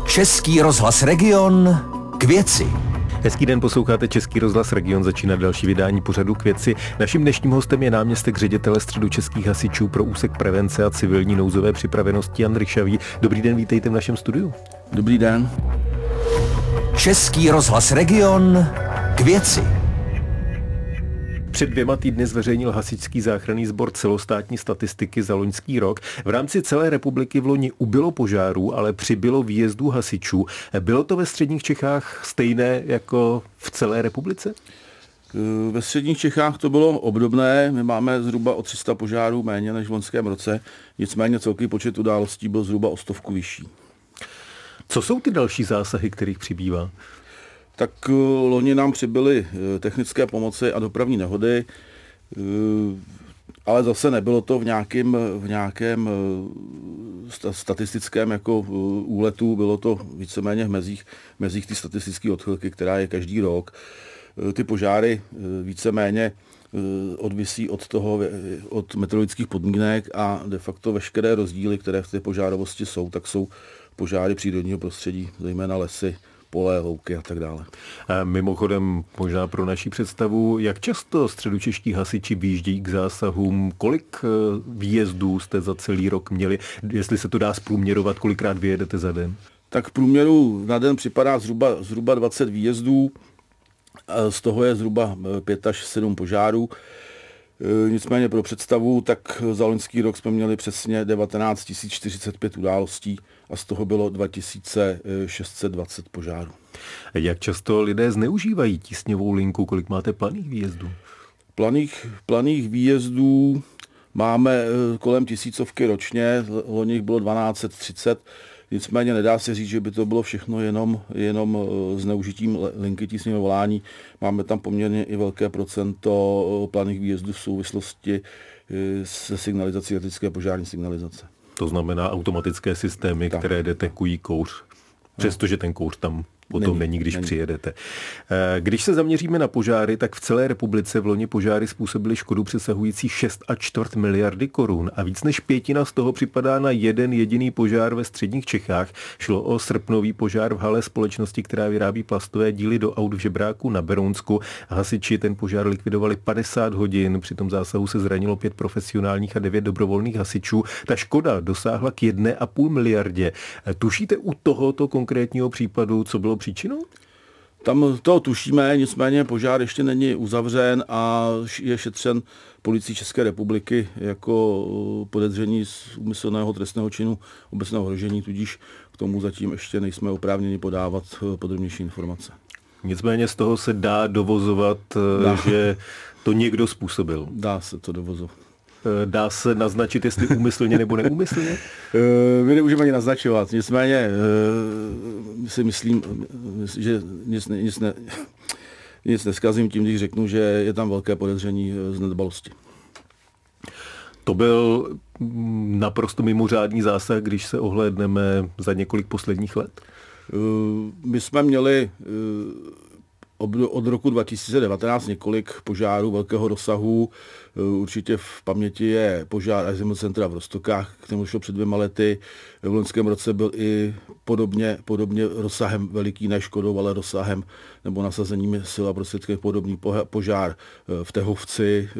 Český rozhlas Region k věci. Hezký den, posloucháte Český rozhlas Region, začíná další vydání pořadu K věci. Naším dnešním hostem je náměstek ředitele Středočeských hasičů pro úsek prevence a civilní nouzové připravenosti Jan Ryšavý. Dobrý den, vítejte v našem studiu. Dobrý den. Český rozhlas Region k věci. Před 2 týdny zveřejnil Hasičský záchranný sbor celostátní statistiky za loňský rok. V rámci celé republiky v loni ubylo požárů, ale přibylo výjezdů hasičů. Bylo to ve středních Čechách stejné jako v celé republice? Ve středních Čechách to bylo obdobné. My máme zhruba o 300 požárů méně než v loňském roce. Nicméně celkový počet událostí byl zhruba o 100 vyšší. Co jsou ty další zásahy, kterých přibývá? Tak loni nám přibyly technické pomoci a dopravní nehody, ale zase nebylo to v nějakém statistickém jako úletu, bylo to víceméně v mezích té statistické odchylky, která je každý rok. Ty požáry víceméně odvisí od meteorologických podmínek a de facto veškeré rozdíly, které v té požárovosti jsou, tak jsou požáry přírodního prostředí, zejména lesy, pole, louky a tak dále. A mimochodem, možná pro naši představu, jak často středočeští hasiči vyjíždějí k zásahům, kolik výjezdů jste za celý rok měli, jestli se to dá zprůměrovat, kolikrát vyjedete za den? Tak v průměru na den připadá zhruba 20 výjezdů, z toho je zhruba 5 až 7 požárů. Nicméně pro představu, tak za loňský rok jsme měli přesně 19 045 událostí a z toho bylo 2620 požárů. Jak často lidé zneužívají tísňovou linku? Kolik máte planých výjezdů? Planých výjezdů máme kolem 1000 ročně, loni jich bylo 1230. Nicméně nedá se říct, že by to bylo všechno jenom zneužitím linky tísňového volání. Máme tam poměrně i velké procento planých výjezdů v souvislosti se signalizací elektrické požární signalizace. To znamená automatické systémy, tak, které detekují kouř, přestože ten kouř tam potom není, když přijedete. Když se zaměříme na požáry, tak v celé republice v loni požáry způsobily škodu přesahující 6,25 miliardy korun a víc než 1/5 z toho připadá na jeden jediný požár ve středních Čechách. Šlo o srpnový požár v hale společnosti, která vyrábí plastové díly do aut v Žebráku na Berounsku. Hasiči ten požár likvidovali 50 hodin, při tom zásahu se zranilo 5 profesionálních a 9 dobrovolných hasičů. Ta škoda dosáhla k 1,5 miliardě. Tušíte u tohoto konkrétního případu, co bylo příčinou? Tam to tušíme, nicméně požár ještě není uzavřen a je šetřen policií České republiky jako podezření z úmyslného trestného činu obecného ohrožení, tudíž k tomu zatím ještě nejsme oprávněni podávat podrobnější informace. Nicméně z toho se dá dovozovat, že to někdo způsobil. Dá se to dovozovat. Dá se naznačit, jestli úmyslně nebo neúmyslně? My nemůžeme ani naznačovat, nicméně si myslím, že nic neskazím tím, když řeknu, že je tam velké podezření z nedbalosti. To byl naprosto mimořádný zásah, když se ohlédneme za několik posledních let? My jsme měli od roku 2019 několik požárů velkého rozsahu. Určitě v paměti je požár Azimuth-centra v Roztokách, k tomu šlo před 2 lety. V loňském roce byl i podobně rozsahem veliký, ne škodou, ale rozsahem nebo nasazením sil a prostředků podobný požár v Tehovci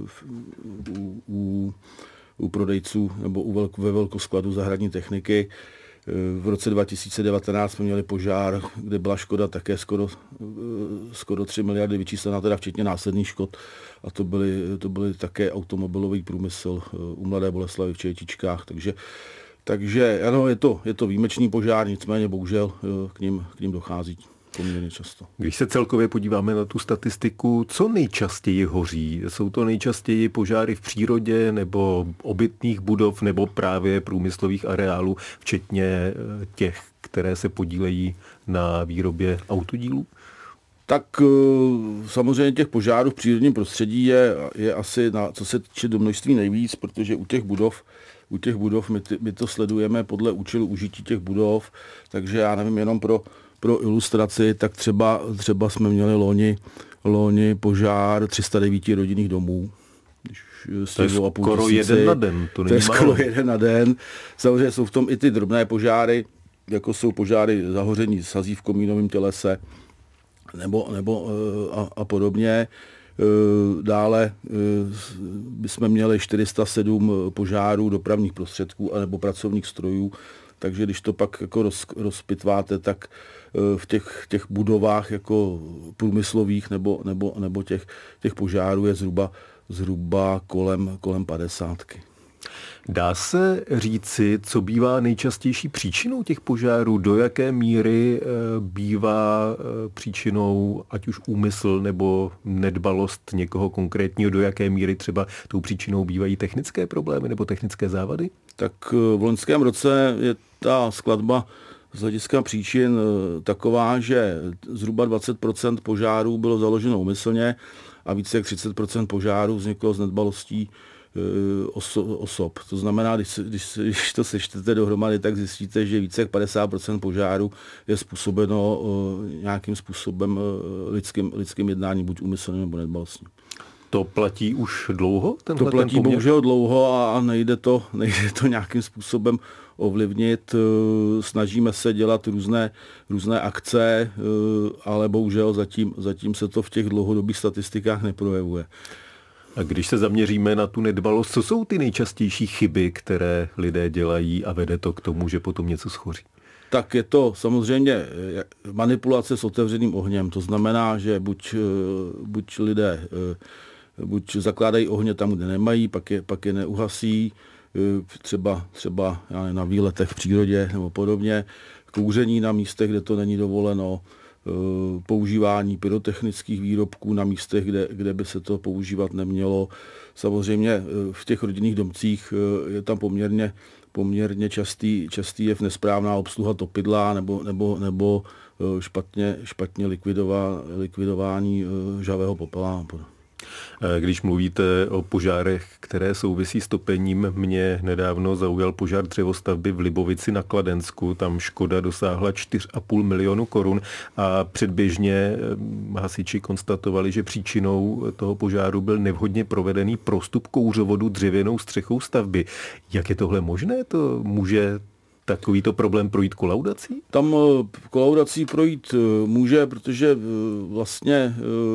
u prodejců nebo ve velkoskladu zahradní techniky. V roce 2019 jsme měli požár, kde byla škoda také skoro 3 miliardy vyčíslená, teda včetně následných škod. A to byly také automobilový průmysl u Mladé Boleslavi v Čejtičkách. Takže ano, je to výjimečný požár, nicméně bohužel k ním dochází poměrně často. Když se celkově podíváme na tu statistiku, co nejčastěji hoří? Jsou to nejčastěji požáry v přírodě nebo obytných budov nebo právě průmyslových areálů, včetně těch, které se podílejí na výrobě autodílů? Tak samozřejmě těch požárů v přírodním prostředí je asi, co se týče do množství nejvíc, protože u těch budov my to sledujeme podle účelu užití těch budov, takže já nevím, jenom pro ilustraci, tak třeba jsme měli loni požár 309 rodinných domů. To je skoro jeden na den. To je skoro jeden na den. Samozřejmě jsou v tom i ty drobné požáry, jako jsou požáry zahoření sazí v komínovém tělese a podobně. Dále bychom měli 407 požárů dopravních prostředků anebo pracovních strojů, takže když to pak jako rozpitváte, tak v těch budovách jako průmyslových nebo těch požárů je zhruba kolem 50. Dá se říci, co bývá nejčastější příčinou těch požárů? Do jaké míry bývá příčinou ať už úmysl nebo nedbalost někoho konkrétního? Do jaké míry třeba tou příčinou bývají technické problémy nebo technické závady? Tak v loňském roce je ta skladba z hlediska příčin taková, že zhruba 20% požárů bylo založeno úmyslně a více jak 30% požárů vzniklo z nedbalostí osob. To znamená, když to sečtete dohromady, tak zjistíte, že více jak 50% požárů je způsobeno nějakým způsobem lidským jednáním, buď úmyslným nebo nedbalostním. To platí už dlouho? To platí bohužel dlouho a nejde to nějakým způsobem ovlivnit. Snažíme se dělat různé akce, ale bohužel zatím se to v těch dlouhodobých statistikách neprojevuje. A když se zaměříme na tu nedbalost, co jsou ty nejčastější chyby, které lidé dělají a vede to k tomu, že potom něco schoří? Tak je to samozřejmě manipulace s otevřeným ohněm. To znamená, že buď lidé buď zakládají ohně tam, kde nemají, pak je neuhasí, třeba na výletech v přírodě nebo podobně, kouření na místech, kde to není dovoleno, používání pyrotechnických výrobků na místech, kde by se to používat nemělo. Samozřejmě v těch rodinných domcích je tam poměrně častý jev nesprávná obsluha topidla nebo špatně likvidování žhavého popela. Když mluvíte o požárech, které souvisí s topením, mě nedávno zaujal požár dřevostavby v Libovici na Kladensku. Tam škoda dosáhla 4,5 milionu korun a předběžně hasiči konstatovali, že příčinou toho požáru byl nevhodně provedený prostup kouřovodu dřevěnou střechou stavby. Jak je tohle možné? To může takovýto problém projít kolaudací? Tam kolaudací projít může, protože vlastně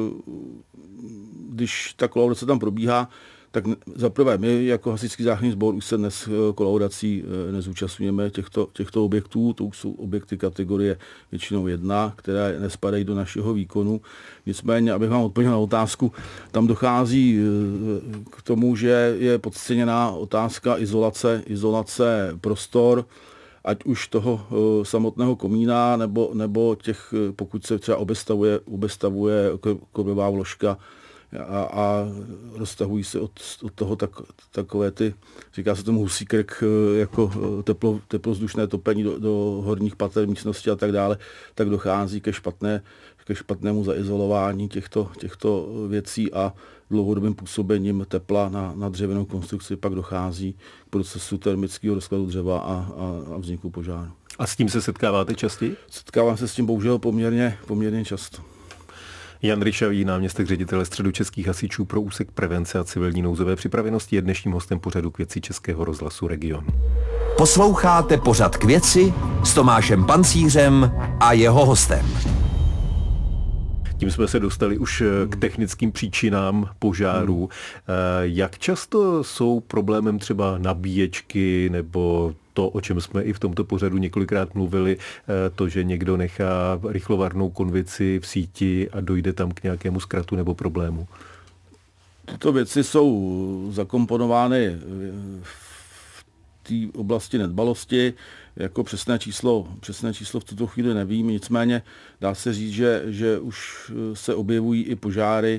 když ta kolaudace tam probíhá, tak zaprvé my jako hasičský záchranný sbor už se dnes kolaudací nezúčastňujeme těchto objektů. To už jsou objekty kategorie většinou 1, které nespadají do našeho výkonu. Nicméně, abych vám odpověděl na otázku, tam dochází k tomu, že je podceněná otázka izolace prostor, ať už toho samotného komína, nebo těch, pokud se třeba obestavuje kovová vložka a roztahují se od toho takové ty, říká se tomu husí krk, jako teplozdušné topení do horních pater místnosti a tak dále, tak dochází ke špatnému zaizolování těchto věcí a dlouhodobým působením tepla na dřevěnou konstrukci pak dochází k procesu termického rozkladu dřeva a vzniku požáru. A s tím se setkáváte častěji? Setkávám se s tím bohužel poměrně často. Jan Ryšavý, náměstek ředitele Středočeských hasičů pro úsek prevence a civilní nouzové připravenosti, je dnešním hostem pořadu K věci Českého rozhlasu Region. Posloucháte pořad K věci s Tomášem Pancířem a jeho hostem. Tím jsme se dostali už k technickým příčinám požárů. Jak často jsou problémem třeba nabíječky nebo to, o čem jsme i v tomto pořadu několikrát mluvili, to, že někdo nechá rychlovarnou konvici v síti a dojde tam k nějakému zkratu nebo problému? Tyto věci jsou zakomponovány v té oblasti nedbalosti. Jako přesné číslo v tuto chvíli nevím, nicméně dá se říct, že už se objevují i požáry,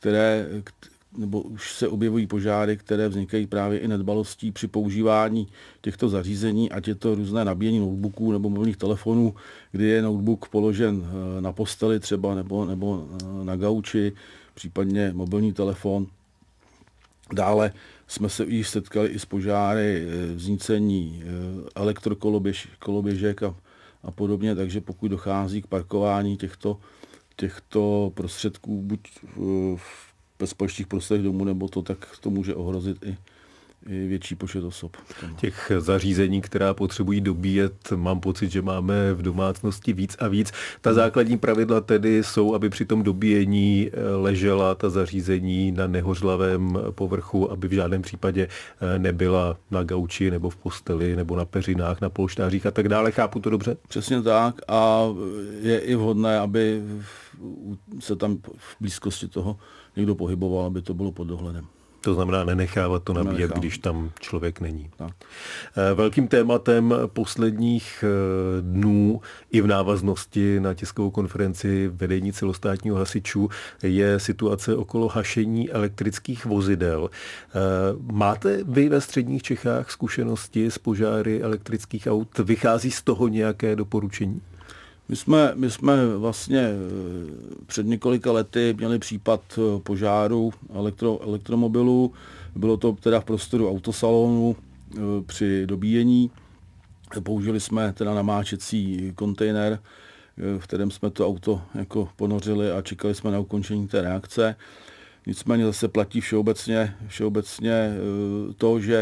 které vznikají právě i nedbalostí při používání těchto zařízení, ať je to různé nabíjení notebooků nebo mobilních telefonů, kdy je notebook položen na posteli třeba nebo na gauči, případně mobilní telefon. Dále jsme se již setkali i s požáry vznícení elektrokoloběžek a podobně, takže pokud dochází k parkování těchto prostředků buď v bezpečných prostorech domu, nebo tak to může ohrozit větší počet osob. Těch zařízení, která potřebují dobíjet, mám pocit, že máme v domácnosti víc a víc. Ta základní pravidla tedy jsou, aby při tom dobíjení ležela ta zařízení na nehořlavém povrchu, aby v žádném případě nebyla na gauči nebo v posteli nebo na peřinách, na polštářích a tak dále. Chápu to dobře? Přesně tak a je i vhodné, aby se tam v blízkosti toho někdo pohyboval, aby to bylo pod dohledem. To znamená nenechávat to nabíjet, když tam člověk není. Tak. Velkým tématem posledních dnů i v návaznosti na tiskovou konferenci vedení celostátního hasičů je situace okolo hašení elektrických vozidel. Máte vy ve středních Čechách zkušenosti s požáry elektrických aut? Vychází z toho nějaké doporučení? My jsme vlastně před několika lety měli případ požáru elektromobilu. Bylo to teda v prostoru autosalonu při dobíjení. Použili jsme teda namáčecí kontejner, v kterém jsme to auto jako ponořili a čekali jsme na ukončení té reakce. Nicméně zase platí všeobecně to, že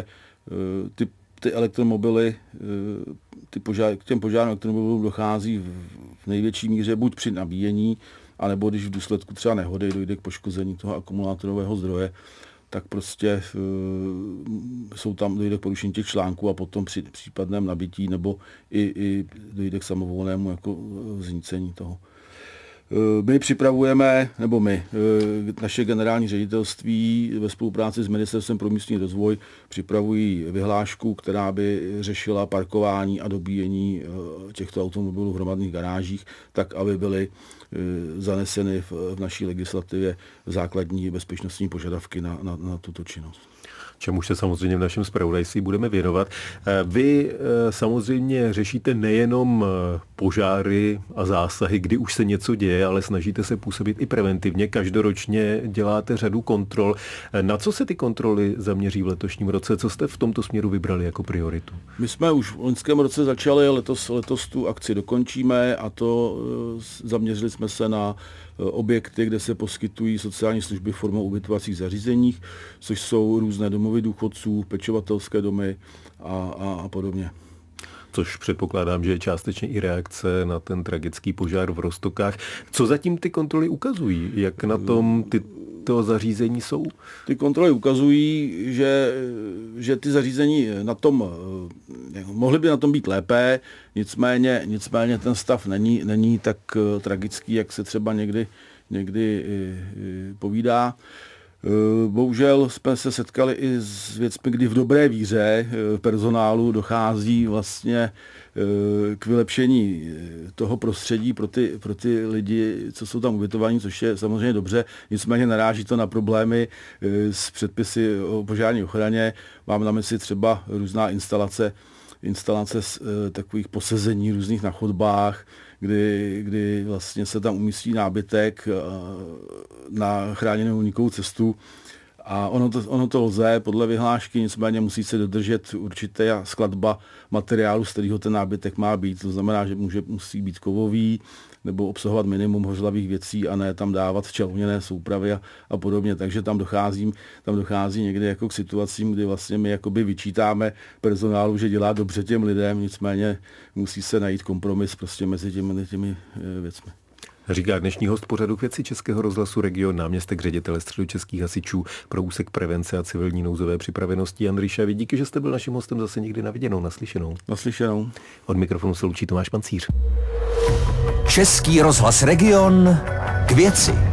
ty elektromobily, k těm požárům elektromobilů dochází v největší míře buď při nabíjení, anebo když v důsledku třeba nehody dojde k poškození toho akumulátorového zdroje, tak prostě dojde k porušení těch článků a potom při případném nabití nebo i dojde k samovolnému jako znícení toho. My připravujeme, naše generální ředitelství ve spolupráci s Ministerstvem pro místní rozvoj připravují vyhlášku, která by řešila parkování a dobíjení těchto automobilů v hromadných garážích, tak aby byly zaneseny v naší legislativě základní bezpečnostní požadavky na tuto činnost. Čemuž se samozřejmě v našem zpravodajství budeme věnovat. Vy samozřejmě řešíte nejenom požáry a zásahy, kdy už se něco děje, ale snažíte se působit i preventivně. Každoročně děláte řadu kontrol. Na co se ty kontroly zaměří v letošním roce? Co jste v tomto směru vybrali jako prioritu? My jsme už v loňském roce začali, letos tu akci dokončíme a to zaměřili jsme se na objekty, kde se poskytují sociální služby formou ubytovacích zařízeních, což jsou různé domovy důchodců, pečovatelské domy a podobně. Což předpokládám, že je částečně i reakce na ten tragický požár v Roztokách. Co zatím ty kontroly ukazují? Jak na tom tyto zařízení jsou? Ty kontroly ukazují, že ty zařízení mohly by na tom být lépe, nicméně ten stav není tak tragický, jak se třeba někdy povídá. Bohužel jsme se setkali i s věcmi, kdy v dobré víře personálu dochází vlastně k vylepšení toho prostředí pro ty lidi, co jsou tam ubytovaní, což je samozřejmě dobře, nicméně naráží to na problémy s předpisy o požární ochraně. Mám na mysli třeba různá instalace takových posezení různých na chodbách, kdy vlastně se tam umístí nábytek na chráněnou únikovou cestu a ono to lze podle vyhlášky, nicméně musí se dodržet určitá skladba materiálu, z kterého ten nábytek má být. To znamená, že musí být kovový nebo obsahovat minimum hořlavých věcí a ne tam dávat čalouněné soupravy a podobně. Takže tam dochází někdy jako k situacím, kdy vlastně my jakoby vyčítáme personálu, že dělá dobře těm lidem, nicméně musí se najít kompromis prostě mezi těmi věcmi. Říká dnešní host pořadu K věci Českého rozhlasu Region, náměstek ředitele Středočeských hasičů pro úsek prevence a civilní nouzové připravenosti Jan Ryšavý. Díky, že jste byl naším hostem zase někdy na viděnou, naslyšenou. Naslyšenou. Od mikrofonu se loučí Tomáš Pancíř. Český rozhlas Region K věci.